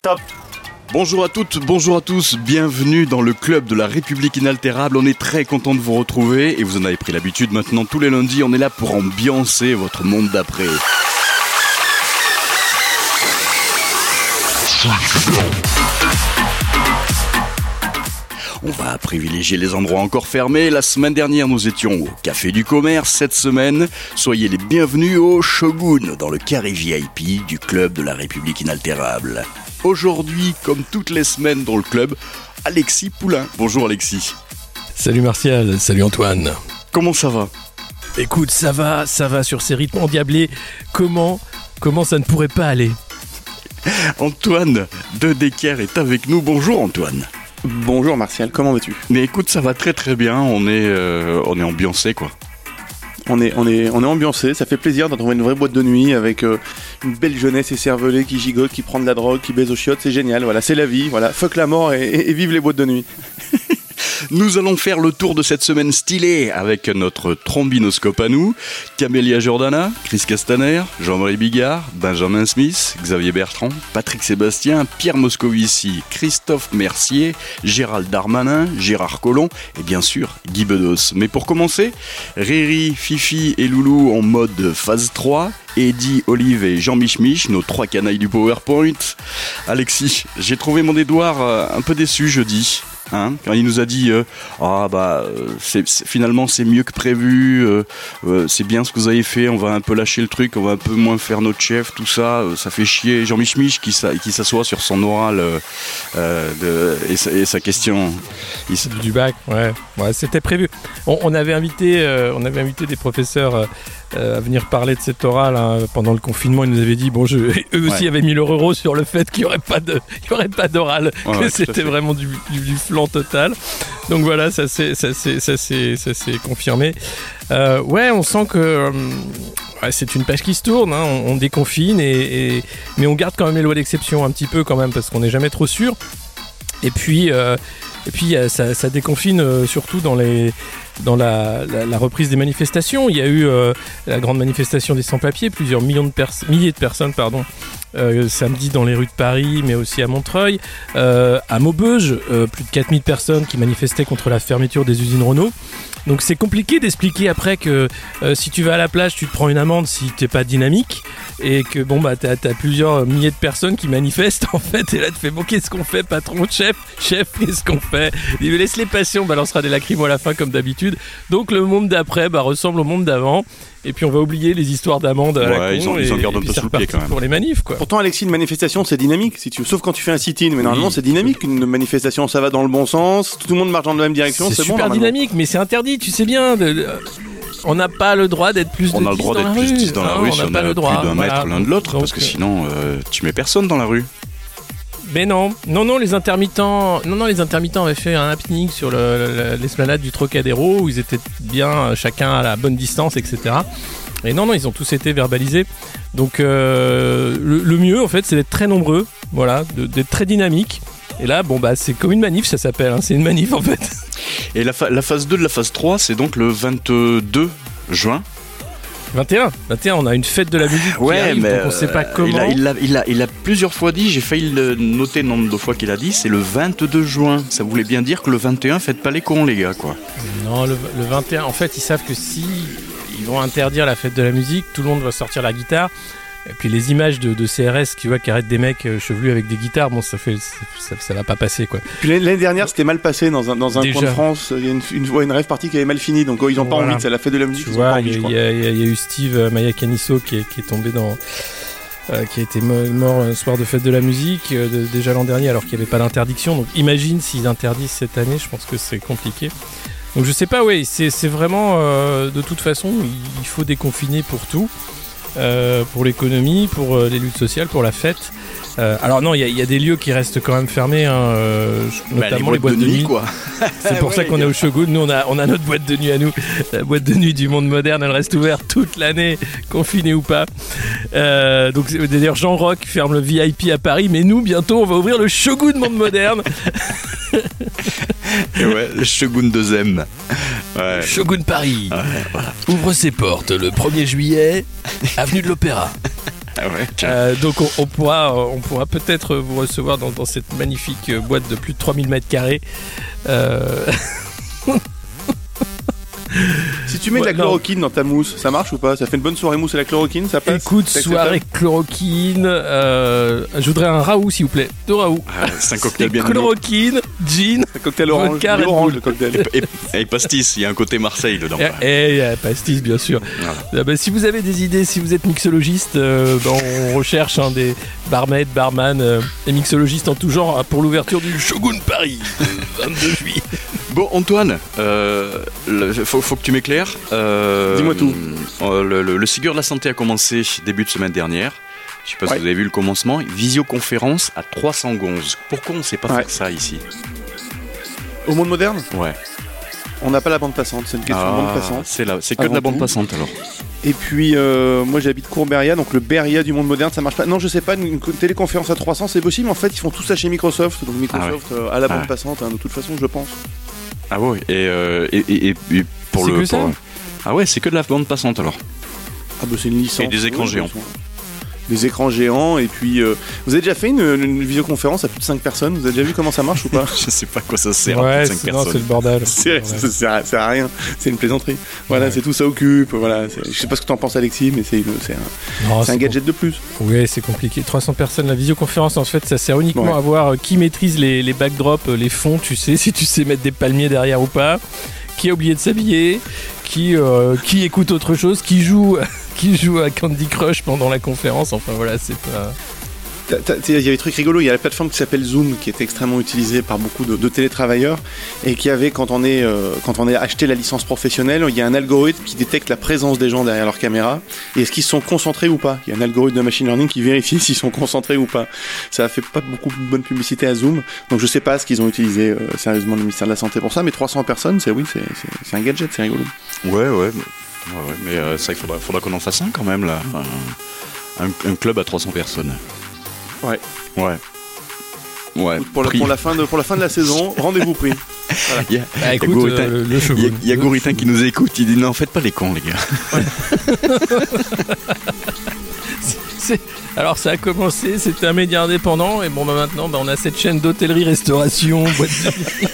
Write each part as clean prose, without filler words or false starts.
Top. Bonjour à toutes, bonjour à tous, bienvenue dans le club de la République inaltérable. On est très content de vous retrouver et vous en avez pris l'habitude maintenant tous les lundis, on est là pour ambiancer votre monde d'après. On va privilégier les endroits encore fermés. La semaine dernière, nous étions au Café du Commerce. Cette semaine, soyez les bienvenus au Shogun, dans le carré VIP du club de la République inaltérable. Aujourd'hui, comme toutes les semaines dans le club, Alexis Poulain. Bonjour Alexis. Salut Martial, salut Antoine. Comment ça va ? Écoute, ça va sur ces rythmes endiablés. Comment ça ne pourrait pas aller ? Antoine de Decker est avec nous. Bonjour Antoine. Bonjour Martial, comment vas-tu ? Mais écoute, ça va très très bien, on est ambiancé quoi. On est ambiancé, ça fait plaisir d'en trouver une vraie boîte de nuit avec une belle jeunesse écervelée qui gigote, qui prend de la drogue, qui baise aux chiottes, c'est génial, voilà, c'est la vie, voilà, fuck la mort et vive les boîtes de nuit. Nous allons faire le tour de cette semaine stylée avec notre trombinoscope à nous, Camélia Jordana, Chris Castaner, Jean-Marie Bigard, Benjamin Smith, Xavier Bertrand, Patrick Sébastien, Pierre Moscovici, Christophe Mercier, Gérald Darmanin, Gérard Collomb et bien sûr Guy Bedos. Mais pour commencer, Riri, Fifi et Loulou en mode phase 3, Eddie, Olive et Jean Mich, nos trois canailles du PowerPoint. Alexis, j'ai trouvé mon Édouard un peu déçu jeudi. Quand il nous a dit finalement c'est mieux que prévu, c'est bien ce que vous avez fait, on va un peu lâcher le truc, on va un peu moins faire notre chef, tout ça, ça fait chier. Jean Mich qui s'assoit sur son oral et sa question du bac, ouais, c'était prévu. On avait invité des professeurs à venir parler de cet oral pendant le confinement. Ils nous avaient dit eux aussi avaient mis leur euro sur le fait qu'il y aurait pas d'oral, que c'était vraiment du flan total. Donc voilà, ça s'est confirmé. On sent que c'est une page qui se tourne, on déconfine mais on garde quand même les lois d'exception un petit peu quand même parce qu'on n'est jamais trop sûr. Et puis ça déconfine surtout dans la reprise des manifestations. Il y a eu la grande manifestation des sans-papiers, plusieurs milliers de personnes, samedi dans les rues de Paris, mais aussi à Montreuil. À Maubeuge, plus de 4000 personnes qui manifestaient contre la fermeture des usines Renault. Donc c'est compliqué d'expliquer après que si tu vas à la plage, tu te prends une amende si t'es pas dynamique et que t'as plusieurs milliers de personnes qui manifestent en fait, et là tu fais qu'est-ce qu'on fait, patron, chef, qu'est-ce qu'on fait ? Il me laisse les passions, on balancera des lacrymos à la fin comme d'habitude. Donc le monde d'après ressemble au monde d'avant. Et puis on va oublier les histoires d'amende à la con, ils en gardent un peu sous le pied quand même. Pour les manifs quoi. Pourtant Alexis, une manifestation c'est dynamique, si tu veux. Sauf quand tu fais un sit-in, mais normalement c'est dynamique une manifestation, ça va dans le bon sens, tout le monde marche dans la même direction, c'est bon. C'est super dynamique, mais c'est interdit, tu sais bien. On n'a pas le droit d'être plus de 10 dans la rue. On a le droit d'être plus 10 dans la rue si on a plus d'un mètre l'un de l'autre, parce que sinon tu mets personne dans la rue. Mais non, les intermittents avaient fait un happening sur l'esplanade du Trocadéro où ils étaient bien chacun à la bonne distance, etc. Et non, ils ont tous été verbalisés. Donc le mieux en fait, c'est d'être très nombreux, voilà, d'être très dynamique. Et là, c'est comme une manif, ça s'appelle, c'est une manif en fait. Et la phase 2 de la phase 3, c'est donc le 22 juin. 21, on a une fête de la musique qui arrive, mais donc on sait pas comment. Il a plusieurs fois dit, j'ai failli le noter le nombre de fois qu'il a dit, c'est le 22 juin. Ça voulait bien dire que le 21, faites pas les cons les gars quoi. Non, le 21, en fait ils savent que si ils vont interdire la fête de la musique, tout le monde va sortir la guitare. Et puis les images de CRS qui arrêtent des mecs chevelus avec des guitares, ça va pas passer quoi. Puis l'année dernière c'était mal passé dans un coin de France, il y a une rave party qui avait mal fini, donc ils ont pas envie, c'est la fête de la musique, ils ont pas envie je crois. Il y a eu Steve Mayakaniso qui est tombé qui a été mort un soir de fête de la musique déjà l'an dernier alors qu'il n'y avait pas d'interdiction, donc imagine s'ils interdisent cette année, je pense que c'est compliqué. Donc je sais pas, c'est vraiment de toute façon il faut déconfiner pour tout. Pour l'économie, pour les luttes sociales, pour la fête. Alors non, il y a des lieux qui restent quand même fermés, notamment les boîtes de nuit. Quoi. C'est pour ça qu'on est au Shogun. Nous, on a notre boîte de nuit à nous. La boîte de nuit du monde moderne, elle reste ouverte toute l'année, confinée ou pas. Donc d'ailleurs, Jean Rock ferme le VIP à Paris, mais nous, bientôt, on va ouvrir le Shogun monde moderne. Et le Shogun 2M. Ouais. Shogun Paris voilà. Ouvre ses portes le 1er juillet, avenue de l'Opéra. Donc on pourra peut-être vous recevoir dans cette magnifique boîte de plus de 3000 mètres carrés. Si tu mets de la chloroquine dans ta mousse, ça marche ou pas? Ça fait une bonne soirée mousse à la chloroquine, ça passe? Écoute, soirée chloroquine, je voudrais un Raoult s'il vous plaît. 2 Raoult. C'est un cocktail bien chloroquine, gin, un cocktail orange, le cocktail. Et pastis, il y a un côté Marseille dedans. Et pastis bien sûr. Voilà. Si vous avez des idées, si vous êtes mixologiste, on recherche des barmaids, barman et mixologistes en tout genre pour l'ouverture du Shogun Paris le 22 juillet. Bon Antoine, faut que tu m'éclaires. Dis-moi tout. Le Ségur de la Santé a commencé début de semaine dernière. Je sais pas si vous avez vu le commencement. Visioconférence à 300 gonzes. Pourquoi on ne sait pas faire ça ici? Au monde moderne? Ouais. On n'a pas la bande passante, c'est une question de bande passante. C'est que de la bande passante alors. Et puis moi j'habite Courberia, donc le Beria du monde moderne ça marche pas. Non, je sais pas, une téléconférence à 300 c'est possible, mais en fait ils font tout ça chez Microsoft, donc Microsoft à la bande passante, de toute façon je pense. Ah ouais, et pour c'est le. Que ça Ah ouais, c'est que de la bande passante alors. Ah bah c'est une licence. Et des écrans géants. Des écrans géants, et puis vous avez déjà fait une visioconférence à plus de 5 personnes? Vous avez déjà vu comment ça marche ou pas? Je sais pas à quoi ça sert. Ouais, à plus de 5 personnes. Non, c'est le bordel. Ça sert à rien, c'est une plaisanterie. Voilà, c'est tout, ça occupe. Voilà, je sais pas ce que t'en penses Alexis, mais c'est un gadget de plus. Oui, c'est compliqué. 300 personnes, la visioconférence en fait ça sert uniquement à voir qui maîtrise les backdrops, les fonds, tu sais, si tu sais mettre des palmiers derrière ou pas, qui a oublié de s'habiller, qui écoute autre chose, qui joue à Candy Crush pendant la conférence. Enfin voilà, c'est pas... Il y avait des trucs rigolos, il y a la plateforme qui s'appelle Zoom qui est extrêmement utilisée par beaucoup de télétravailleurs et qui avait, quand on est acheté la licence professionnelle, il y a un algorithme qui détecte la présence des gens derrière leur caméra et est-ce qu'ils sont concentrés ou pas. Il y a un algorithme de machine learning qui vérifie s'ils sont concentrés ou pas. Ça a fait pas beaucoup de bonne publicité à Zoom, donc je sais pas ce qu'ils ont utilisé sérieusement le ministère de la Santé pour ça, mais 300 personnes, c'est un gadget, c'est rigolo. Ouais, mais ça il faudra qu'on en fasse un quand même là. Un club à 300 personnes. Ouais. Pour la fin de la saison, rendez-vous pris. Voilà. Il y a Gouritin qui nous écoute, il dit non, faites pas les cons les gars. Alors ça a commencé, c'était un média indépendant et maintenant on a cette chaîne d'hôtellerie-restauration, boîte de...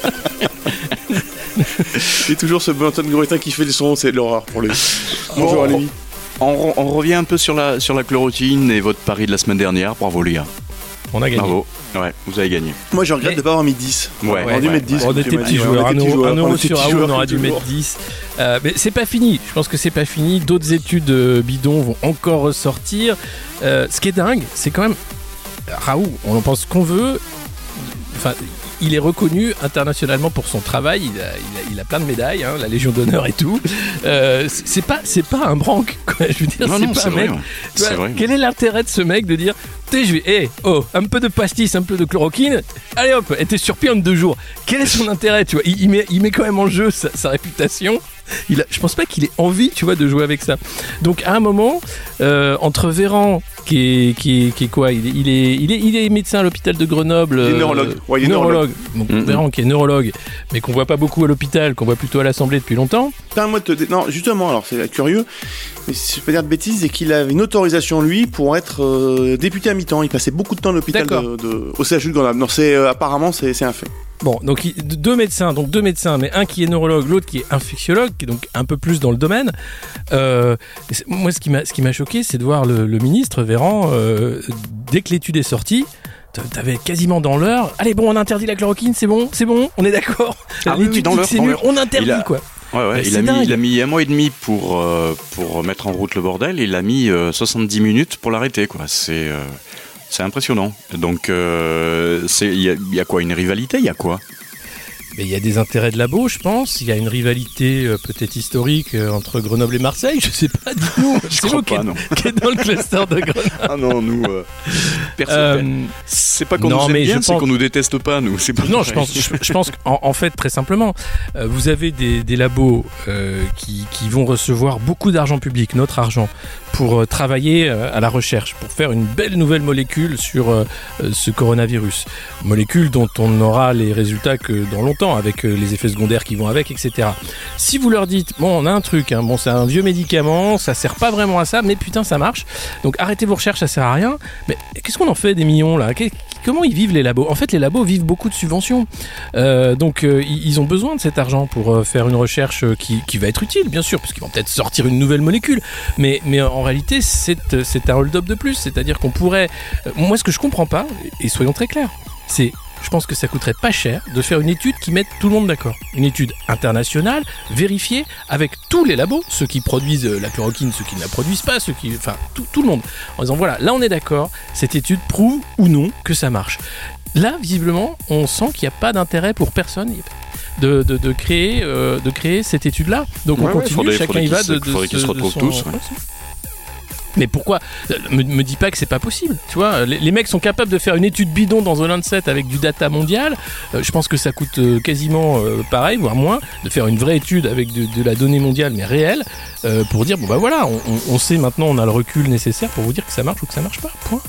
Et toujours ce bon Antoine Gouritin qui fait le son, c'est de l'horreur pour lui. Bonjour à lui. On revient un peu sur la chloroquine et votre pari de la semaine dernière. Bravo les gars. On a gagné. Bravo. Ouais, vous avez gagné. Moi je regrette de pas avoir mis 10. Ouais, on aurait dû mettre 10. On était petits joueurs. Un euro sur Raoult, on aurait dû mettre 10. Mais c'est pas fini. Je pense que c'est pas fini. D'autres études bidons vont encore ressortir. Ce qui est dingue, c'est quand même Raoult, on en pense qu'on veut. Enfin, il est reconnu internationalement pour son travail. Il a plein de médailles, la Légion d'honneur et tout. C'est pas un branque, quoi. Je veux dire, non, c'est pas un mec. C'est vrai. Quel est l'intérêt de ce mec de dire, un peu de pastis, un peu de chloroquine, allez hop, et t'es sur pied en 2 jours. Quel est son intérêt, tu vois? Il met quand même en jeu sa réputation. Je pense pas qu'il ait envie, tu vois, de jouer avec ça. Donc à un moment, entre Véran qui est quoi, il est médecin à l'hôpital de Grenoble. Il est neurologue. Il est neurologue. Donc Véran qui est neurologue, mais qu'on voit pas beaucoup à l'hôpital, qu'on voit plutôt à l'Assemblée depuis longtemps. Non, justement, alors c'est curieux, mais si je peux dire de bêtises, c'est qu'il avait une autorisation lui pour être député à mi-temps. Il passait beaucoup de temps à l'hôpital au CHU de Grenoble. Donc apparemment c'est un fait. Bon, donc deux médecins, mais un qui est neurologue, l'autre qui est infectiologue, qui est donc un peu plus dans le domaine. Moi, ce qui m'a choqué, c'est de voir le ministre Véran, dès que l'étude est sortie, t'avais quasiment dans l'heure. Allez, bon, on interdit la chloroquine, c'est bon, on est d'accord. Oui, dans l'heure, on interdit quoi. Ouais, il a mis 1 mois et demi pour mettre en route le bordel. Il a mis 70 minutes pour l'arrêter, quoi. C'est impressionnant. Donc, il y a quoi? Une rivalité? Il y a quoi? Mais il y a des intérêts de labo, je pense. Il y a une rivalité peut-être historique entre Grenoble et Marseille. Je sais pas, dites-nous. Je crois pas, non. Qui est dans le cluster de Grenoble. Ah non, nous, personne. C'est pas qu'on nous aime bien, c'est qu'on nous déteste pas, nous. C'est pas non, je pense qu'en fait, très simplement, vous avez des labos qui vont recevoir beaucoup d'argent public, notre argent, pour travailler à la recherche, pour faire une belle nouvelle molécule sur ce coronavirus. Molécule dont on n'aura les résultats que dans longtemps, avec les effets secondaires qui vont avec, etc. Si vous leur dites, bon, on a un truc, hein, bon, c'est un vieux médicament, ça sert pas vraiment à ça, mais putain, ça marche. Donc arrêtez vos recherches, ça sert à rien. Mais qu'est-ce qu'on en fait des millions là ? Comment ils vivent les labos ? En fait, les labos vivent beaucoup de subventions. Donc ils ont besoin de cet argent pour faire une recherche qui va être utile, bien sûr, puisqu'ils vont peut-être sortir une nouvelle molécule. Mais en réalité, c'est un hold-up de plus. C'est-à-dire qu'on pourrait... moi, ce que je comprends pas, et soyons très clairs, c'est... Je pense que ça coûterait pas cher de faire une étude qui mette tout le monde d'accord. Une étude internationale, vérifiée, avec tous les labos, ceux qui produisent la chloroquine, ceux qui ne la produisent pas, enfin, tout le monde. En disant, voilà, là on est d'accord, cette étude prouve ou non que ça marche. Là, visiblement, on sent qu'il n'y a pas d'intérêt pour personne de créer cette étude-là. Donc on continue, chacun y va de faudrait qu'ils se retrouvent tous. Ouais. Mais pourquoi ? Me dis pas que c'est pas possible. Tu vois, les mecs sont capables de faire une étude bidon dans The Lancet avec du data mondial. Je pense que ça coûte quasiment pareil, voire moins, de faire une vraie étude avec de la donnée mondiale, mais réelle, pour dire, bon bah voilà, on sait maintenant, on a le recul nécessaire pour vous dire que ça marche ou que ça marche pas. Point.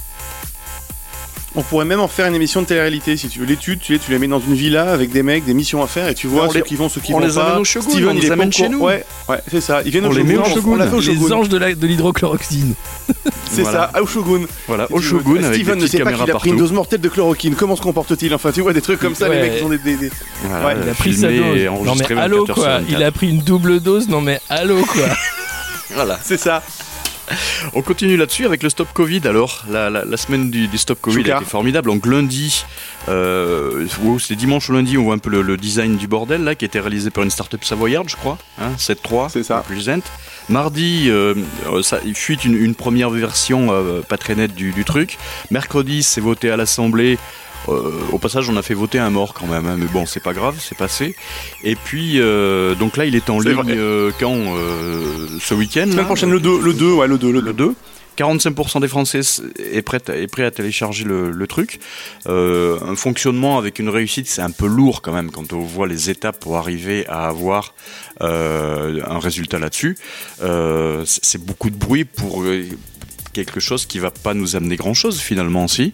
On pourrait même en faire une émission de télé-réalité, si tu veux. L'étude, tu les mets dans une villa avec des mecs, des missions à faire, et tu vois ceux qui vont, ceux qui vont pas. On les amène au Shogun, Steven, on les amène chez nous. Ouais, c'est ça. Ils viennent au Shogun. On l'a fait au Shogun. Les anges de l'hydrochloroquine. C'est ça, au Shogun. Voilà, au Shogun, avec Steven des ne sait pas caméras qu'il a pris une partout. dose mortelle de chloroquine. Comment se comporte-t-il ? Enfin, tu vois, des trucs comme ça, les mecs, ils ont des... Voilà, il a pris sa dose. Non mais allô quoi, il a pris une double dose, non mais allô quoi. Voilà, c'est ça. On continue là-dessus avec le Stop Covid. Alors, la semaine du Stop Covid a été formidable. Donc lundi, c'est dimanche au lundi, on voit un peu le design du bordel là, qui a été réalisé par une start-up savoyarde, je crois, 7.3. C'est ça. Present. Mardi, il fuite une première version pas très nette du truc. Mercredi, c'est voté à l'Assemblée. Au passage, on a fait voter un mort quand même, hein, mais bon, c'est pas grave, c'est passé. Et puis, donc là, il est en ligne quand ce week-end. La semaine prochaine, le 2. 45% des Français est prêt à télécharger le truc. Un fonctionnement avec une réussite, c'est un peu lourd quand même quand on voit les étapes pour arriver à avoir un résultat là-dessus. C'est beaucoup de bruit pour quelque chose qui va pas nous amener grand-chose finalement, si.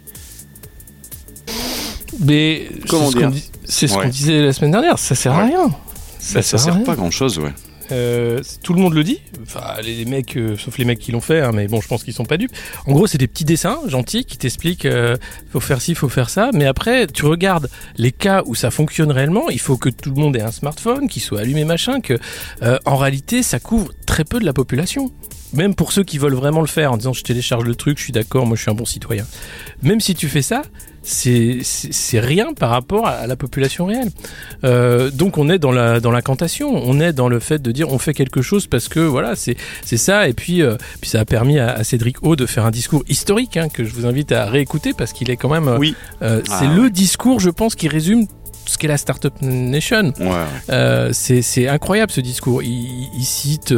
Mais c'est ce qu'on disait la semaine dernière, ça sert à rien. Ça sert pas grand-chose, ouais. Tout le monde le dit, enfin les mecs, sauf les mecs qui l'ont fait, hein, mais bon, je pense qu'ils sont pas dupes. En gros, c'est des petits dessins gentils qui t'expliquent faut faire ci, faut faire ça, mais après tu regardes les cas où ça fonctionne réellement. Il faut que tout le monde ait un smartphone, qu'il soit allumé, machin, que en réalité ça couvre très peu de la population. Même pour ceux qui veulent vraiment le faire en disant je télécharge le truc, je suis d'accord, moi je suis un bon citoyen. Même si tu fais ça, c'est rien par rapport à la population réelle. Donc on est dans l'incantation, on est dans le fait de dire on fait quelque chose parce que voilà, c'est ça. Et puis ça a permis à Cédric O de faire un discours historique que je vous invite à réécouter parce qu'il est quand même... c'est le discours, je pense, qui résume ce qu'est la Startup Nation. C'est incroyable ce discours. Il cite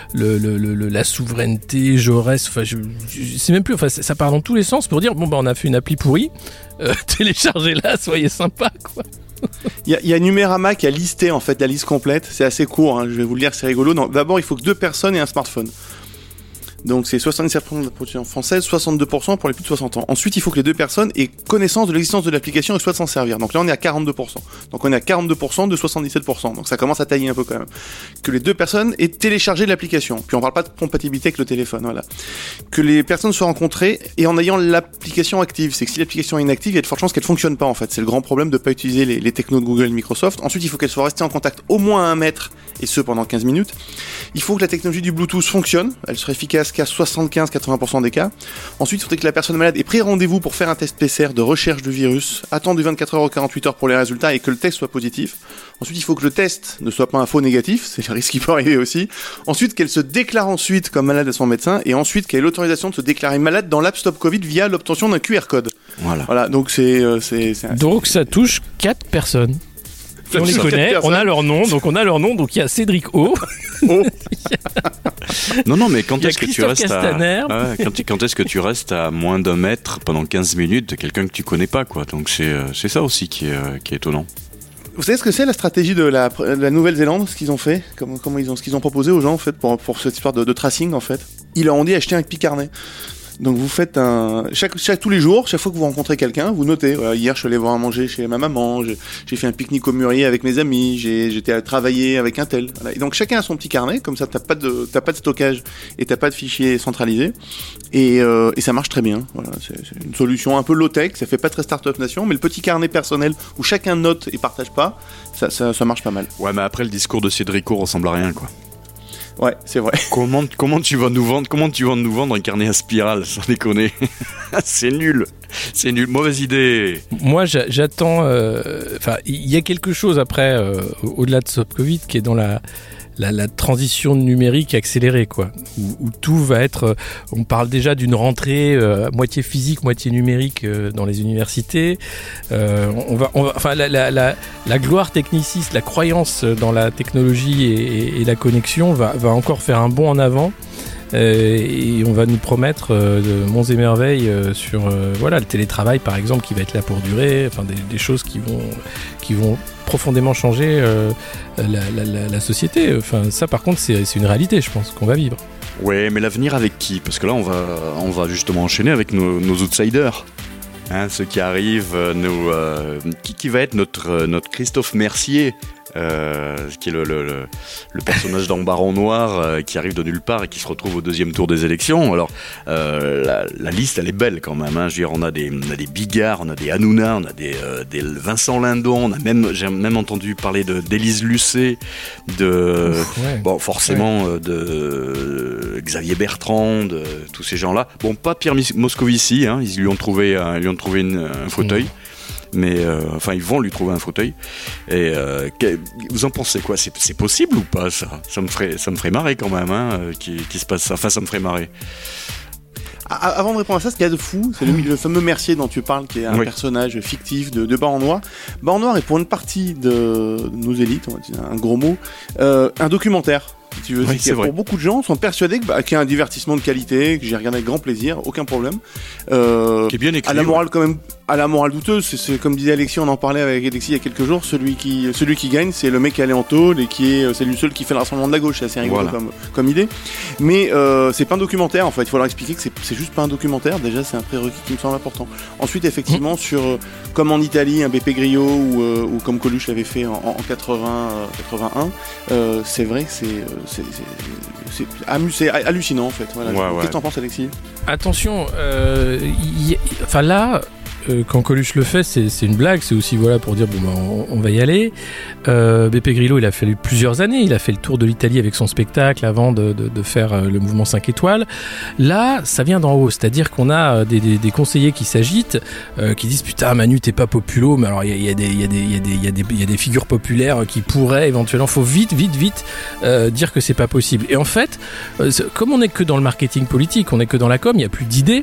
la souveraineté, Jaurès. Enfin, je sais même plus. Enfin, ça part dans tous les sens pour dire bon on a fait une appli pourrie. Téléchargez-la, soyez sympa quoi. Il y a Numérama qui a listé en fait la liste complète. C'est assez court. Je vais vous le lire, c'est rigolo. D'abord, il faut que 2 personnes aient un smartphone. Donc c'est 77% de la population française, 62% pour les plus de 60 ans. Ensuite, il faut que les 2 personnes aient connaissance de l'existence de l'application et souhaitent s'en servir. Donc là, on est à 42%. Donc on est à 42% de 77%. Donc ça commence à tailler un peu quand même. Que les 2 personnes aient téléchargé l'application. Puis on parle pas de compatibilité avec le téléphone, voilà. Que les personnes soient rencontrées et en ayant l'application active. C'est que si l'application est inactive, il y a de fortes chances qu'elle fonctionne pas en fait. C'est le grand problème de pas utiliser les technos de Google et Microsoft. Ensuite, il faut qu'elle soit restée en contact au moins à 1 mètre et ce pendant 15 minutes. Il faut que la technologie du Bluetooth fonctionne. Elle serait efficace qu'à 75-80% des cas. Ensuite, il faudrait que la personne malade ait pris rendez-vous pour faire un test PCR de recherche de virus, attendu 24 heures ou 48 heures pour les résultats et que le test soit positif. Ensuite, il faut que le test ne soit pas un faux négatif, c'est le risque qui peut arriver aussi. Ensuite, qu'elle se déclare ensuite comme malade à son médecin et ensuite qu'elle ait l'autorisation de se déclarer malade dans l'app Stop Covid via l'obtention d'un QR code. Voilà, donc Donc ça touche 4 personnes. Et on les connaît, on a leur nom, donc il y a Cédric O. Non, mais quand est-ce que tu restes quand est-ce que tu restes à moins d'1 mètre pendant 15 minutes de quelqu'un que tu connais pas, quoi. Donc c'est ça aussi qui est étonnant. Vous savez ce que c'est la stratégie de la Nouvelle-Zélande, ce qu'ils ont fait, ce qu'ils ont proposé aux gens en fait pour cette histoire de tracing en fait? il leur ont dit acheter un picarnet. Donc vous faites tous les jours, chaque fois que vous rencontrez quelqu'un, vous notez. Voilà, hier, je suis allé voir à manger chez ma maman, j'ai fait un pique-nique au mûrier avec mes amis, j'étais à travailler avec un tel. Voilà. Et donc chacun a son petit carnet, comme ça t'as pas de stockage et t'as pas de fichiers centralisés. Et ça marche très bien. Voilà, c'est une solution un peu low-tech, ça fait pas très Startup Nation, mais le petit carnet personnel où chacun note et partage pas, ça marche pas mal. Ouais, mais après le discours de Cédrico ressemble à rien, quoi. Ouais, c'est vrai. Comment tu vas nous vendre un carnet à spirale, sans déconner. C'est nul, mauvaise idée. Moi, j'attends. Il y a quelque chose après, au-delà de Sopcovid, qui est dans la transition numérique accélérée, quoi, où tout va être. On parle déjà d'une rentrée moitié physique, moitié numérique dans les universités. La gloire techniciste, la croyance dans la technologie et la connexion va encore faire un bond en avant. Et on va nous promettre de monts et merveilles sur le télétravail par exemple qui va être là pour durer, enfin des choses qui vont profondément changer la société. Enfin ça par contre c'est une réalité, je pense qu'on va vivre. Ouais, mais l'avenir avec qui ? Parce que là on va justement enchaîner avec nos outsiders. Ceux qui arrivent, qui va être notre Christophe Mercier, qui est le personnage dans Baron Noir, qui arrive de nulle part et qui se retrouve au deuxième tour des élections. Alors la liste elle est belle quand même, hein. Je veux dire, on a des Bigard, on a des Hanouna, on a des Vincent Lindon, j'ai même entendu parler d'Élise Lucet, de Xavier Bertrand, de tous ces gens-là. Bon, pas Pierre Moscovici, hein, ils lui ont trouvé un fauteuil. Mais ils vont lui trouver un fauteuil. Et vous en pensez quoi ? C'est possible ou pas ça ? Ça me ferait marrer quand même, hein, qui se passe ça. Enfin, ça me ferait marrer. Avant de répondre à ça, ce qu'il y a de fou, c'est le fameux Mercier dont tu parles, qui est un personnage fictif de Baron Noir. Baron Noir est pour une partie de nos élites, on va dire un gros mot, un documentaire. Si tu veux, c'est vrai. Pour beaucoup de gens sont persuadés qu'il y a un divertissement de qualité, que j'ai regardé avec grand plaisir, aucun problème. Qui est bien écrit. À la morale quand même, à la morale douteuse, c'est comme disait Alexis, on en parlait avec Alexis il y a quelques jours, celui qui gagne, c'est le mec qui allait en tôle et c'est lui seul qui fait le rassemblement de la gauche, c'est assez rigolo comme idée. Mais c'est pas un documentaire en fait, il faut leur expliquer que c'est juste pas un documentaire, déjà c'est un prérequis qui me semble important. Ensuite effectivement comme en Italie, un Beppe Grillo ou comme Coluche l'avait fait en 81, c'est vrai que c'est hallucinant en fait. Voilà. Qu'est-ce que t'en penses, Alexis ? Attention, quand Coluche le fait, c'est une blague, c'est aussi pour dire on va y aller. Beppe Grillo, il a fallu plusieurs années, il a fait le tour de l'Italie avec son spectacle avant de faire le mouvement 5 étoiles. Là, ça vient d'en haut, c'est-à-dire qu'on a des conseillers qui s'agitent, qui disent putain Manu t'es pas populo, mais alors il y a des figures populaires qui pourraient éventuellement, faut vite dire que c'est pas possible. Et en fait, comme on n'est que dans le marketing politique, on n'est que dans la com, il n'y a plus d'idées,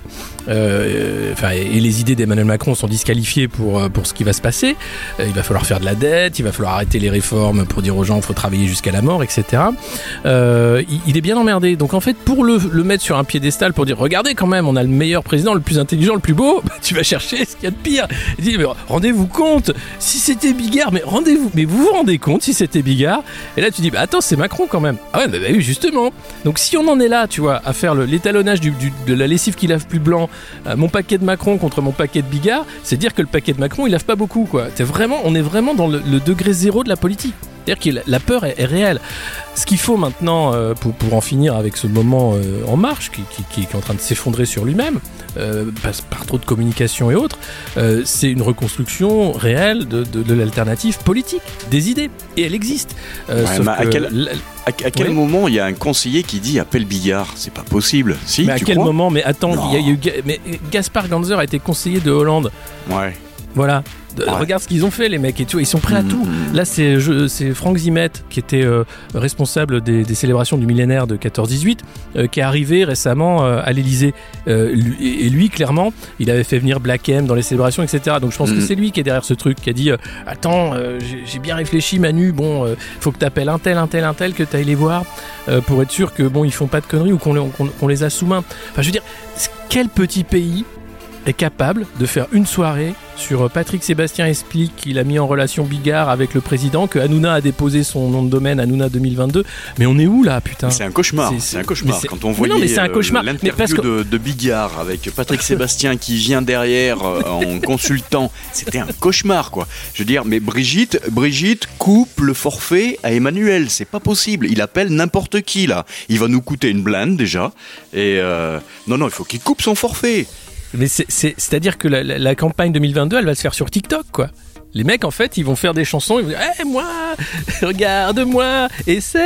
et les idées d'Emmanuel Macron sont disqualifiées pour ce qui va se passer. Il va falloir faire de la dette, il va falloir arrêter les réformes pour dire aux gens qu'il faut travailler jusqu'à la mort, etc. Il est bien emmerdé. Donc en fait, pour le mettre sur un piédestal, pour dire regardez quand même, on a le meilleur président, le plus intelligent, le plus beau, tu vas chercher ce qu'il y a de pire. Il dit mais rendez-vous compte, si c'était Bigard, mais vous vous rendez compte si c'était Bigard ? Et là tu dis attends, c'est Macron quand même. Ah ouais, oui, justement. Donc si on en est là, tu vois, à faire l'étalonnage de la lessive qui lave plus blanc, mon paquet de Macron contre mon paquet de Bigard, c'est dire que le paquet de Macron il lave pas beaucoup, quoi. On est vraiment dans le degré zéro de la politique. C'est-à-dire que la peur est réelle. Ce qu'il faut maintenant, pour en finir avec ce moment en marche, qui est en train de s'effondrer sur lui-même, par trop de communication et autres, c'est une reconstruction réelle de l'alternative politique, des idées. Et elle existe. À quel moment il y a un conseiller qui dit appelle Bigard ? C'est pas possible. Si, mais à quel moment ? Mais attends, mais Gaspard Ganzer a été conseiller de Hollande. Ouais. Voilà. Regarde ce qu'ils ont fait, les mecs, et tu vois, ils sont prêts à tout. Là, c'est Franck Zimet qui était responsable des célébrations du millénaire de 14-18, qui est arrivé récemment à l'Elysée. Et lui, clairement, il avait fait venir Black M dans les célébrations, etc. Donc je pense que c'est lui qui est derrière ce truc, qui a dit attends, j'ai bien réfléchi, Manu, faut que t'appelles un tel, que t'ailles les voir pour être sûr que ils font pas de conneries ou qu'on les a sous main. Enfin, je veux dire, quel petit pays est capable de faire une soirée sur Patrick Sébastien explique qu'il a mis en relation Bigard avec le président, que Hanouna a déposé son nom de domaine Hanouna 2022. Mais on est où là, putain ? C'est un cauchemar. C'est un cauchemar. Quand on voyait l'interview de Bigard avec Patrick Sébastien qui vient derrière en consultant, c'était un cauchemar, quoi. Je veux dire, mais Brigitte coupe le forfait à Emmanuel. C'est pas possible. Il appelle n'importe qui là. Il va nous coûter une blinde déjà. Et non, il faut qu'il coupe son forfait. Mais c'est-à-dire que la campagne 2022, elle va se faire sur TikTok, quoi. Les mecs, en fait, ils vont faire des chansons, ils vont dire « Hey, moi, regarde-moi, essaye-moi !»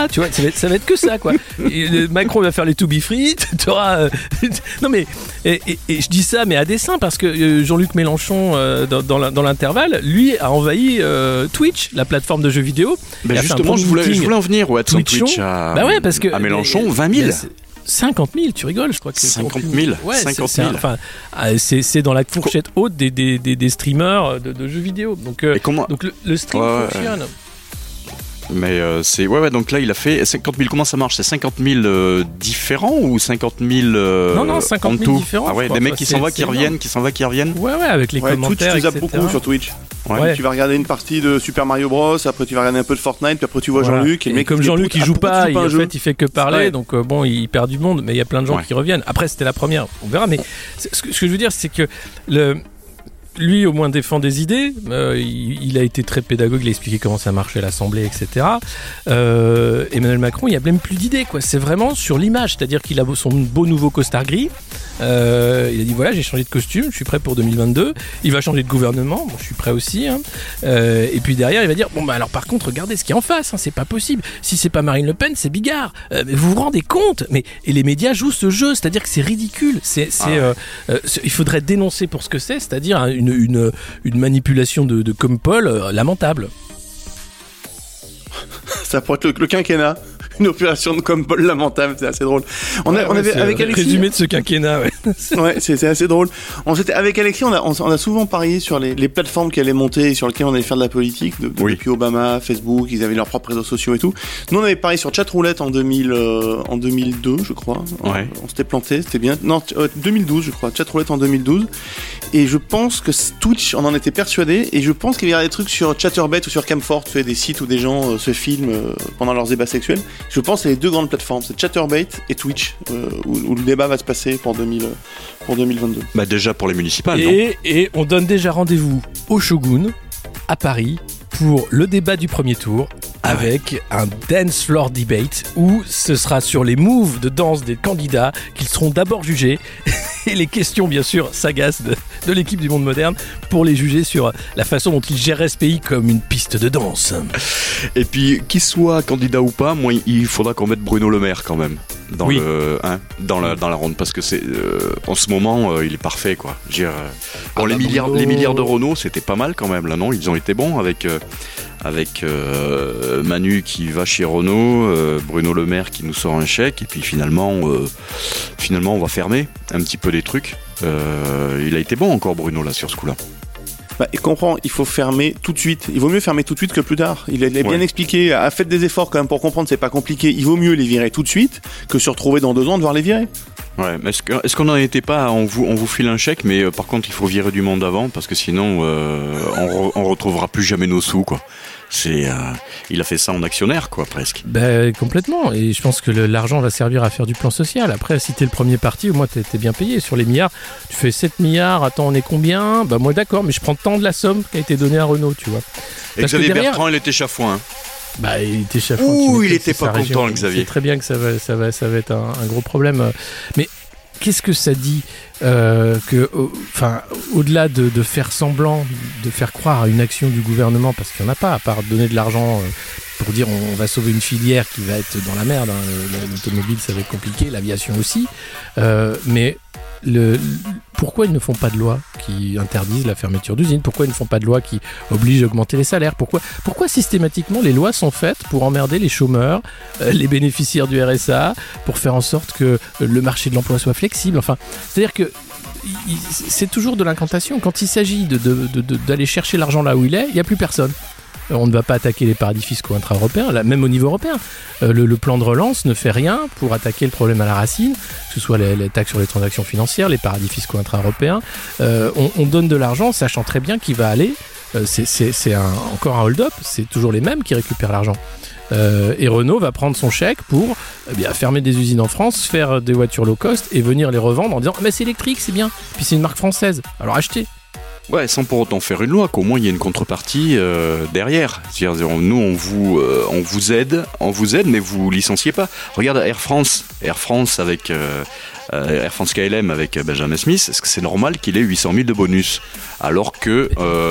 Tu vois, ça va être que ça, quoi. Et Macron va faire les To Be Free, t'auras... Non, mais... Et je dis ça, mais à dessein, parce que Jean-Luc Mélenchon, dans l'intervalle, lui, a envahi Twitch, la plateforme de jeux vidéo. Ben justement, je voulais en venir, Twitch à Mélenchon, 20 000 50 000, tu rigoles, je crois que c'est 50 000. Ouais, 50 000. C'est dans la fourchette haute des streamers de jeux vidéo. Donc, donc le stream fonctionne. Mais donc là il a fait 50 000. Comment ça marche ? C'est 50 000 différents ou 50 000 non, 50 000 différents. Ah ouais, des mecs qui s'en vont, qui reviennent, Ouais, avec les commentaires. Twitch, tu zappes beaucoup sur Twitch. Ouais. Tu vas regarder une partie de Super Mario Bros, après tu vas regarder un peu de Fortnite, puis après tu vois Jean-Luc. Et comme Jean-Luc il joue pas, il fait que parler, donc il perd du monde, mais il y a plein de gens qui reviennent. Après c'était la première, on verra. Mais ce que je veux dire, c'est que lui, au moins, défend des idées. Il a été très pédagogue, il a expliqué comment ça marchait l'Assemblée, etc. Emmanuel Macron, il n'y a même plus d'idées, quoi. C'est vraiment sur l'image, c'est-à-dire qu'il a son beau nouveau costard gris. Il a dit voilà, j'ai changé de costume, je suis prêt pour 2022. Il va changer de gouvernement, je suis prêt aussi. Et puis derrière, il va dire bon bah alors par contre, regardez ce qui est en face, c'est pas possible. Si c'est pas Marine Le Pen, c'est Bigard. Mais vous vous rendez compte ? Et les médias jouent ce jeu, c'est-à-dire que c'est ridicule. Il faudrait dénoncer pour ce que c'est-à-dire une manipulation de comme Paul lamentable. Ça pourrait être le quinquennat. Une opération de comme Paul lamentable, c'est assez drôle. On avait avec Alexis résumé de ce quinquennat, ouais, c'est assez drôle. Avec Alexis, on a souvent parié sur les plateformes qui allaient monter et sur lesquelles on allait faire de la politique. Depuis Obama, Facebook, ils avaient leurs propres réseaux sociaux et tout. Nous, on avait parié sur Chatroulette en 2002, je crois. Ouais. On s'était planté, c'était bien. Non, 2012, je crois. Chatroulette en 2012. Et je pense que Twitch, on en était persuadé. Et je pense qu'il y avait des trucs sur Chaturbate ou sur Camfort, des sites où des gens se filment pendant leurs débats sexuels. Je pense que c'est les deux grandes plateformes, c'est Chaturbate et Twitch, où le débat va se passer pour 2022. Bah déjà pour les municipales, et on donne déjà rendez-vous au Shogun, à Paris, pour le débat du premier tour, avec un dance floor debate, où ce sera sur les moves de danse des candidats qu'ils seront d'abord jugés, et les questions bien sûr sagaces de l'équipe du Monde Moderne, pour les juger sur la façon dont ils gèrent ce pays comme une piste de danse. Et puis, qu'il soit candidat ou pas, moi, il faudra qu'on mette Bruno Le Maire quand même dans la ronde, parce que c'est en ce moment il est parfait, quoi. Les milliards de Renault, c'était pas mal quand même là, non ? Ils ont été bons avec Manu qui va chez Renault, Bruno Le Maire qui nous sort un chèque, et puis finalement on va fermer un petit peu des trucs. Il a été bon encore Bruno là sur ce coup-là. Et comprends, il faut fermer tout de suite. Il vaut mieux fermer tout de suite que plus tard. Il a bien expliqué, faites des efforts quand même pour comprendre, c'est pas compliqué. Il vaut mieux les virer tout de suite que se retrouver dans 2 ans devoir les virer. Ouais, mais est-ce qu'on n'en était pas, on vous file un chèque, mais par contre il faut virer du monde avant, parce que sinon on retrouvera plus jamais nos sous, quoi. Il a fait ça en actionnaire, quoi, presque. Complètement. Et je pense que l'argent va servir à faire du plan social. Après, si t'es le premier parti, au moins t'es bien payé. Sur les milliards, tu fais 7 milliards, attends, on est combien ? Moi d'accord, mais je prends tant de la somme qui a été donnée à Renault, tu vois. Et Xavier Bertrand, il était chafouin. Il était chafouin. Il était pas content, Xavier. C'est très bien que ça va être un gros problème. Mais qu'est-ce que ça dit au-delà de faire semblant, de faire croire à une action du gouvernement, parce qu'il n'y en a pas, à part donner de l'argent pour dire on va sauver une filière qui va être dans la merde, l'automobile ça va être compliqué, l'aviation aussi, mais pourquoi ils ne font pas de loi qui interdisent la fermeture d'usines ? Pourquoi ils ne font pas de loi qui obligent à augmenter les salaires ? Pourquoi systématiquement les lois sont faites pour emmerder les chômeurs, les bénéficiaires du RSA, pour faire en sorte que le marché de l'emploi soit flexible ? Enfin, c'est-à-dire que c'est toujours de l'incantation. Quand il s'agit d'aller chercher l'argent là où il n'y a plus personne. On ne va pas attaquer les paradis fiscaux intra-européens, là, même au niveau européen. Le plan de relance ne fait rien pour attaquer le problème à la racine, que ce soit les taxes sur les transactions financières, les paradis fiscaux intra-européens. On donne de l'argent, sachant très bien qu'il va aller. C'est encore un hold-up, c'est toujours les mêmes qui récupèrent l'argent. Et Renault va prendre son chèque pour fermer des usines en France, faire des voitures low cost et venir les revendre en disant mais c'est électrique, c'est bien, puis c'est une marque française, alors achetez. Ouais, sans pour autant faire une loi, qu'au moins il y ait une contrepartie derrière. C'est-à-dire, nous on vous aide, mais vous licenciez pas. Regarde Air France avec Air France KLM avec Benjamin Smith, est-ce que c'est normal qu'il ait 800 000 de bonus alors que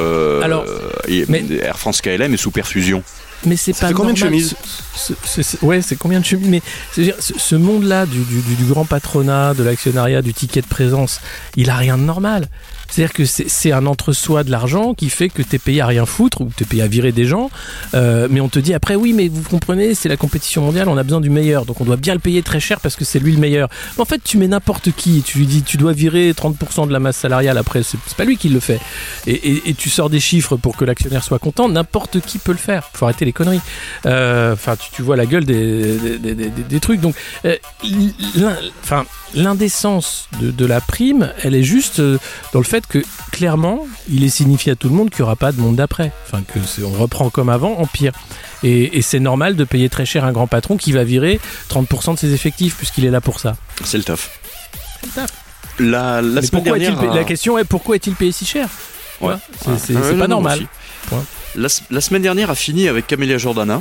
Air France KLM est sous perfusion? Mais c'est pas combien normal. De chemises c'est combien de chemises. Mais c'est-à-dire, ce monde-là du grand patronat, de l'actionnariat, du ticket de présence, il a rien de normal. C'est-à-dire que c'est un entre-soi de l'argent qui fait que t'es payé à rien foutre ou t'es payé à virer des gens, mais on te dit après oui mais vous comprenez, c'est la compétition mondiale, on a besoin du meilleur, donc on doit bien le payer très cher parce que c'est lui le meilleur. Mais en fait tu mets n'importe qui, tu lui dis tu dois virer 30% de la masse salariale, après c'est pas lui qui le fait, et tu sors des chiffres pour que l'actionnaire soit content, n'importe qui peut le faire, faut arrêter les conneries. Enfin tu vois la gueule des trucs, donc l'indécence de la prime, elle est juste dans le fait que clairement il est signifié à tout le monde qu'il n'y aura pas de monde d'après, enfin on reprend comme avant en pire, et c'est normal de payer très cher un grand patron qui va virer 30% de ses effectifs puisqu'il est là pour ça. C'est le taf. La semaine dernière, la question est pourquoi est-il payé si cher? Ouais. C'est pas normal. La semaine dernière a fini avec Camélia Jordana.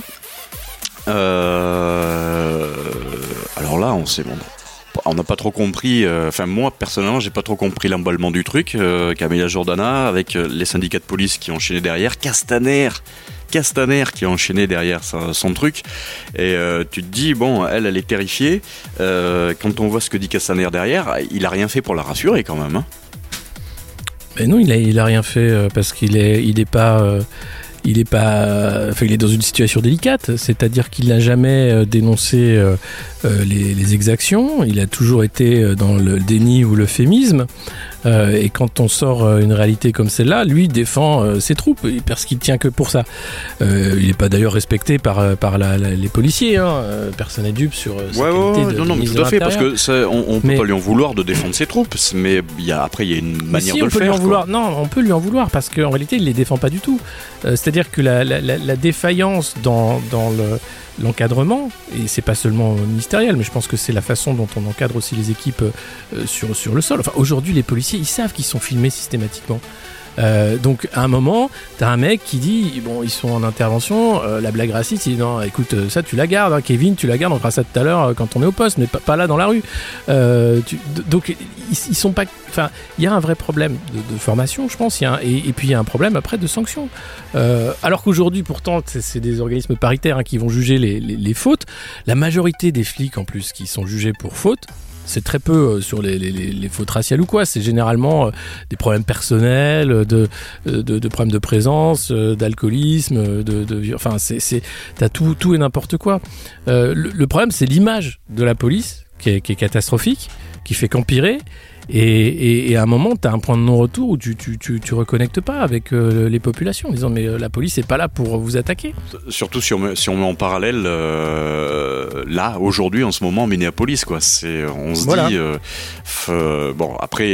Alors là on n'a pas trop compris, moi personnellement j'ai pas trop compris l'emballement du truc. Camélia Jordana avec les syndicats de police qui enchaînaient derrière, Castaner qui a enchaîné derrière son truc, et tu te dis bon, elle est terrifiée. Quand on voit ce que dit Castaner derrière, il a rien fait pour la rassurer quand même, hein. Mais non, il a rien fait parce qu'il est dans une situation délicate, c'est-à-dire qu'il n'a jamais dénoncé les exactions, il a toujours été dans le déni ou l'euphémisme, et quand on sort une réalité comme celle-là, lui défend ses troupes parce qu'il tient que pour ça. Il n'est pas d'ailleurs respecté par les policiers, hein. Personne n'est dupe sur sa qualité de ministre tout à fait, de parce que on peut pas lui en vouloir de défendre ses troupes, mais après il y a une manière de le faire. Non, on peut lui en vouloir parce qu'en réalité il les défend pas du tout. C'est-à-dire que la défaillance dans l'encadrement, et c'est pas seulement ministériel, mais je pense que c'est la façon dont on encadre aussi les équipes sur le sol. Enfin, aujourd'hui, les policiers, ils savent qu'ils sont filmés systématiquement. Donc à un moment t'as un mec qui dit bon, ils sont en intervention, la blague raciste, il dit non écoute, ça tu la gardes, hein, Kevin, tu la gardes, on fera ça tout à l'heure quand on est au poste, mais pas là dans la rue. Donc ils sont pas, enfin il y a un vrai problème de formation, je pense, et puis il y a un problème après de sanctions, alors qu'aujourd'hui pourtant c'est des organismes paritaires, hein, qui vont juger les fautes. La majorité des flics en plus qui sont jugés pour faute, c'est très peu sur les fautes raciales ou quoi, c'est généralement des problèmes personnels, de problèmes de présence, d'alcoolisme, enfin t'as tout et n'importe quoi. Le problème, c'est l'image de la police qui est catastrophique, qui fait qu'empirer. Et à un moment, tu as un point de non-retour où tu reconnectes pas avec les populations en disant mais la police n'est pas là pour vous attaquer. Surtout si on met en parallèle là, aujourd'hui, en ce moment, Minneapolis, quoi. On se dit bon, après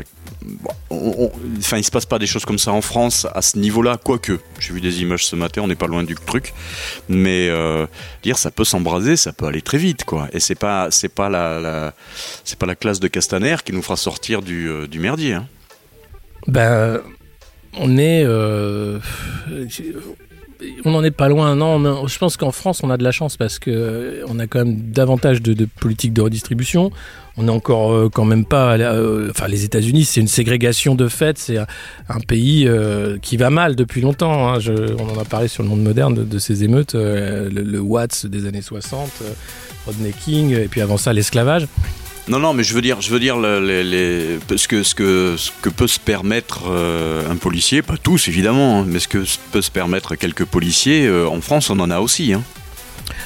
il se passe pas des choses comme ça en France à ce niveau-là, quoique j'ai vu des images ce matin, on n'est pas loin du truc, mais dire ça peut s'embraser, ça peut aller très vite, quoi. Et c'est pas la classe de Castaner qui nous fera sortir du merdier, hein. Ben on n'en est pas loin, non. Je pense qu'en France on a de la chance parce que on a quand même davantage de politique de redistribution. On n'est encore quand même pas... enfin, les États-Unis, c'est une ségrégation de fait. C'est un pays qui va mal depuis longtemps, hein. On en a parlé sur le Monde Moderne de ces émeutes. Le Watts des années 60, Rodney King, et puis avant ça, l'esclavage. Non, mais je veux dire ce que peut se permettre un policier, pas tous évidemment, hein, mais ce que peut se permettre quelques policiers, en France, on en a aussi, hein.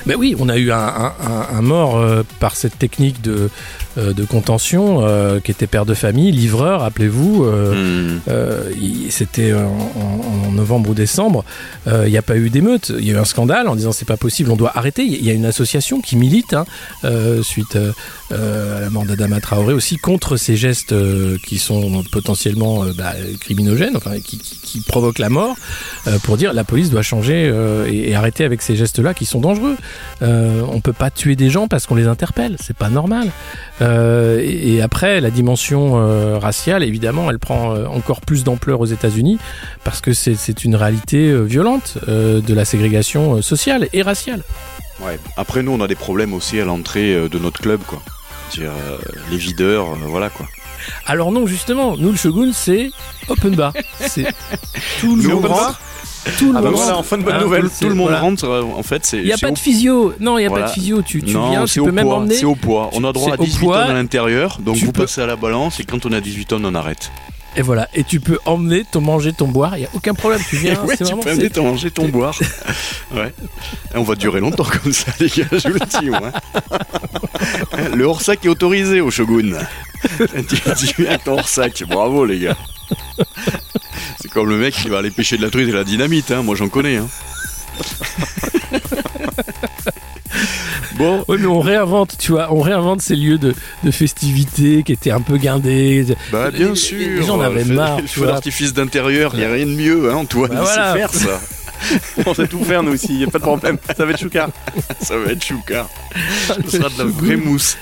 Ben oui, on a eu un mort par cette technique de contention qui était père de famille, livreur, rappelez-vous. C'était en novembre ou décembre. Il n'y a pas eu d'émeute. Il y a eu un scandale en disant c'est pas possible, on doit arrêter. Il y a une association qui milite suite à la mort d'Adama Traoré aussi contre ces gestes qui sont potentiellement criminogènes, enfin qui provoquent la mort, pour dire la police doit changer et arrêter avec ces gestes-là qui sont dangereux. On peut pas tuer des gens parce qu'on les interpelle, c'est pas normal. Et après, la dimension raciale, évidemment, elle prend encore plus d'ampleur aux États-Unis parce que c'est une réalité violente de la ségrégation sociale et raciale. Ouais. Après, nous, on a des problèmes aussi à l'entrée de notre club, quoi. C'est-à-dire, les videurs, voilà, quoi. Alors non, justement, nous, le Shogun, c'est open bar. C'est tout le monde rentre. Tout le monde voilà, enfin une bonne nouvelle. Tout le monde rentre, en fait. Il n'y a pas de physio. Non, il n'y a pas de physio. Tu viens, tu peux même emmener. C'est au poids. On a droit à 18 tonnes à l'intérieur. Donc vous passez à la balance et quand on a 18 tonnes, on arrête. Et voilà. Et tu peux emmener ton manger, ton boire. Il n'y a aucun problème. Tu viens. Ouais, tu peux emmener ton manger, ton boire. Ouais. Et on va durer longtemps comme ça, les gars. Je vous le dis, moi. Le hors-sac est autorisé au Shogun. Tu viens avec ton hors-sac. Bravo, les gars. C'est comme le mec qui va aller pêcher de la truite et de la dynamite, hein. Moi j'en connais. Hein. Bon. Oui, mais on réinvente, tu vois, ces lieux de festivités qui étaient un peu guindés. Bah bien sûr. Les gens en avaient marre. Le feu d'artifice d'intérieur, il n'y a rien de mieux, hein, Antoine. Bah, voilà. Sait faire ça. On sait tout faire nous aussi, il n'y a pas de problème. Ça va être choucard. Ça va être choucard. Ce sera de la vraie mousse.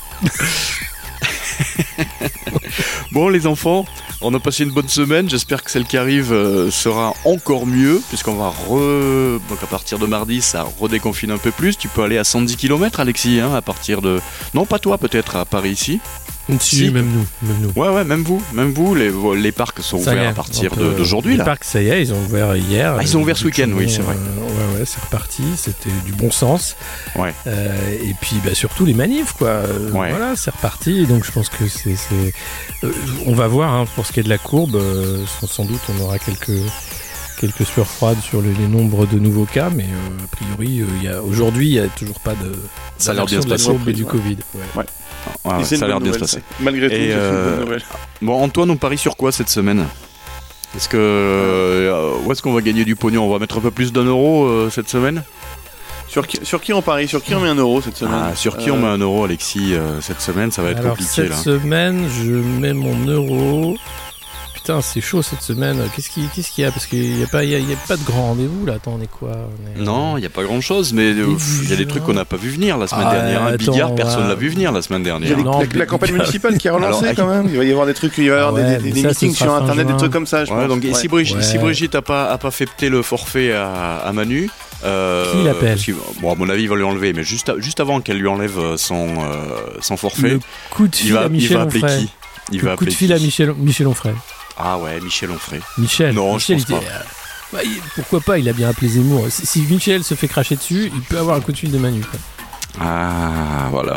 Bon les enfants, on a passé une bonne semaine, j'espère que celle qui arrive sera encore mieux, puisqu'on va donc à partir de mardi ça redéconfine un peu plus. Tu peux aller à 110 km Alexis, hein, à partir de... Non pas toi peut-être, à Paris ici. Si, même nous. Ouais, même vous. Les parcs sont ouverts à partir d'aujourd'hui. Les parcs, ça y est, ils ont ouvert hier. Ils ont ouvert ce week-end, oui, c'est vrai. Ouais, c'est reparti, c'était du bon sens. Ouais. Et puis surtout les manifs, quoi. Voilà, c'est reparti. Donc je pense que c'est on va voir, hein, pour ce qui est de la courbe, sans doute on aura quelques sueurs froides sur les nombres de nouveaux cas, mais a priori, aujourd'hui, il n'y a toujours pas de... Ça a l'air bien se passer. Du Covid. Ouais. Ça a l'air bien se passer. Malgré tout, c'est une bonne nouvelle. Bon, Antoine, on parie sur quoi cette semaine ? Où est-ce qu'on va gagner du pognon ? On va mettre un peu plus d'€1 cette semaine ? Sur qui on parie ? Sur qui on met €1 cette semaine ? Sur qui on met €1, Alexis, cette semaine ? Ça va être compliqué, là. Cette semaine, je mets mon €. Putain, c'est chaud cette semaine. Qu'est-ce qu'il y a ? Parce qu'il n'y a pas de grand rendez-vous là. Attends, on est quoi ? Non, il n'y a pas grand-chose, mais il y a des trucs qu'on n'a pas vu venir la semaine dernière. Bigard, personne l'a vu venir la semaine dernière. Il y a la campagne municipale qui est relancée quand même. Il va y avoir des trucs, il va y avoir des meetings sur Internet, des trucs comme ça. Donc, si Brigitte n'a pas fait le forfait à Manu... Qui l'appelle ? Bon, à mon avis, il va lui enlever, mais juste avant qu'elle lui enlève son forfait, le coup de fil à Michel Onfray. Le coup de fil à Michel Onfray. Ah ouais, Michel Onfray. Non, je pense pas. Pourquoi pas, il a bien appelé Zemmour. Si Michel se fait cracher dessus, il peut avoir un coup de fil de Manu, quoi. Ah, voilà.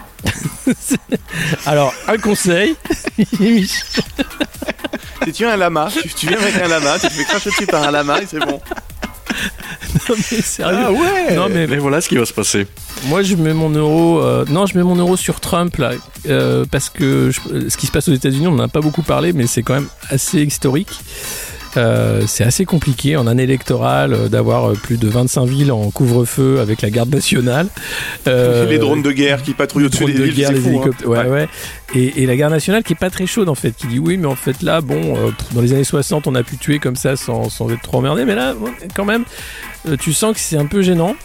Alors, un conseil. Si tu as un lama, tu viens avec un lama, tu te fais cracher dessus par un lama et c'est bon. Non mais sérieux. Ah ouais. Non mais voilà ce qui va se passer. Moi je mets mon €. Non, je mets mon € sur Trump là, parce que ce qui se passe aux États-Unis, on n'en a pas beaucoup parlé, mais c'est quand même assez historique. C'est assez compliqué en année électorale d'avoir plus de 25 villes en couvre-feu avec la garde nationale. Les drones de guerre qui patrouillent au-dessus des villes, c'est fou, hélicoptères. Ouais. Et la garde nationale qui est pas très chaude en fait, qui dit oui, mais en fait là, dans les années 60, on a pu tuer comme ça sans être trop emmerdé, mais là, quand même, tu sens que c'est un peu gênant.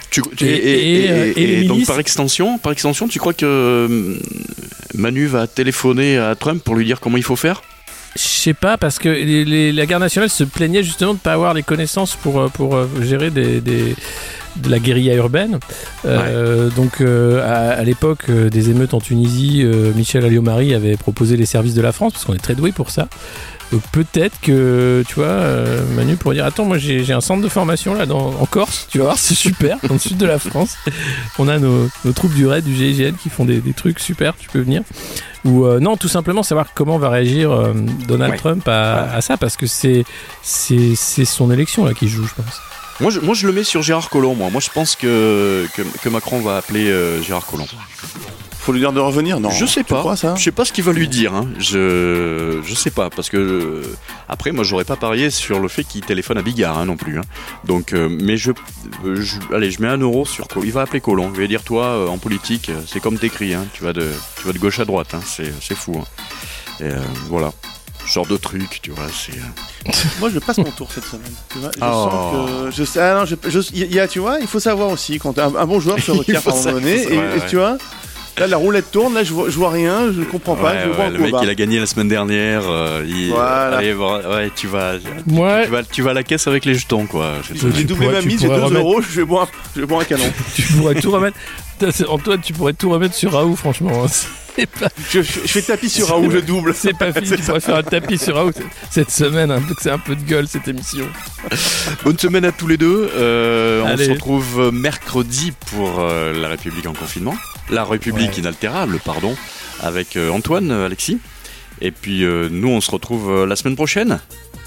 Et donc par extension, tu crois que Manu va téléphoner à Trump pour lui dire comment il faut faire ? Je sais pas, parce que la garde nationale se plaignait justement de ne pas avoir les connaissances pour gérer de la guérilla urbaine. Donc à l'époque des émeutes en Tunisie, Michel Alliot-Marie avait proposé les services de la France, parce qu'on est très doué pour ça. Donc peut-être que, tu vois, Manu pourrait dire, attends, moi j'ai un centre de formation là en Corse, tu vas voir, c'est super, dans le sud de la France. On a nos troupes du RAID, du GIGN qui font des trucs super, tu peux venir. Ou non, tout simplement savoir comment va réagir Donald Trump à ça, parce que c'est son élection là qui joue, je pense. Moi, je le mets sur Gérard Collomb. Moi, je pense que Macron va appeler Gérard Collomb. Faut lui dire de revenir, non? Je sais pas. Crois, ça je sais pas ce qu'il va lui dire. Hein. Je sais pas parce que après, moi, j'aurais pas parié sur le fait qu'il téléphone à Bigard non plus. Hein. Donc, mais allez, je mets 1 euro sur. Il va appeler Collomb. Il va dire toi, en politique, c'est comme t'écris. Hein. Tu vas de gauche à droite. Hein. C'est fou. Hein. Et voilà. Genre de truc, tu vois, Moi, je passe mon tour cette semaine. Tu vois, je sens que... tu vois, il faut savoir aussi, quand un bon joueur se retire par un moment donné, et tu vois, là, la roulette tourne, là, je vois rien, je ne comprends pas, je vois le mec, il a gagné la semaine dernière, voilà. Allez, tu vas à la caisse avec les jetons, quoi. J'ai doublé ma mise, j'ai 2 euros, je vais boire un canon. Tu pourrais tout remettre... Antoine, tu pourrais tout remettre sur Raoult, franchement. Je fais tapis sur Raoult, je double. C'est pas fini, tu pourrais faire un tapis sur Raoult cette semaine, hein, c'est un peu de gueule cette émission. Bonne semaine à tous les deux. On se retrouve mercredi pour La République en confinement. La République inaltérable, pardon, avec Antoine, Alexis. Et puis nous, on se retrouve la semaine prochaine.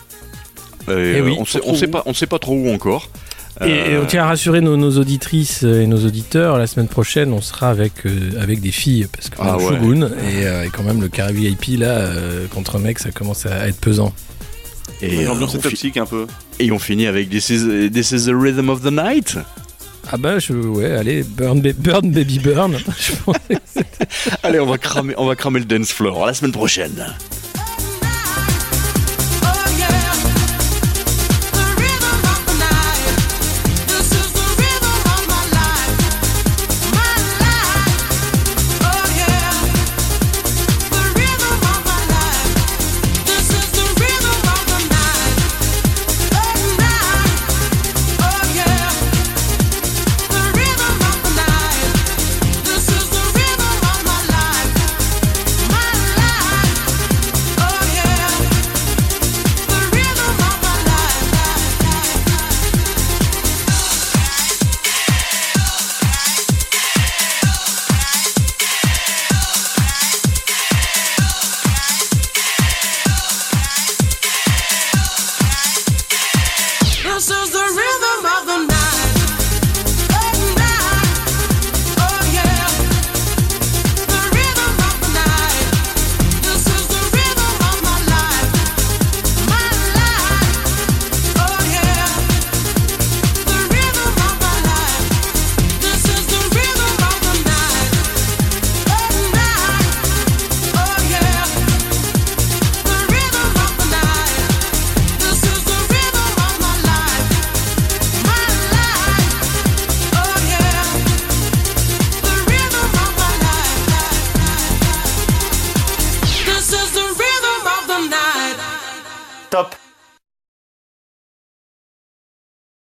On sait pas trop où encore. Et on tient à rassurer nos auditrices et nos auditeurs, la semaine prochaine on sera avec des filles parce que Shogun et quand même le carré VIP là contre mec ça commence à être pesant. Et l'ambiance est toxique un peu. Et on finit avec This is the Rhythm of the Night. Ah bah allez, burn baby burn. Allez, on va cramer le dance floor. À la semaine prochaine. Top.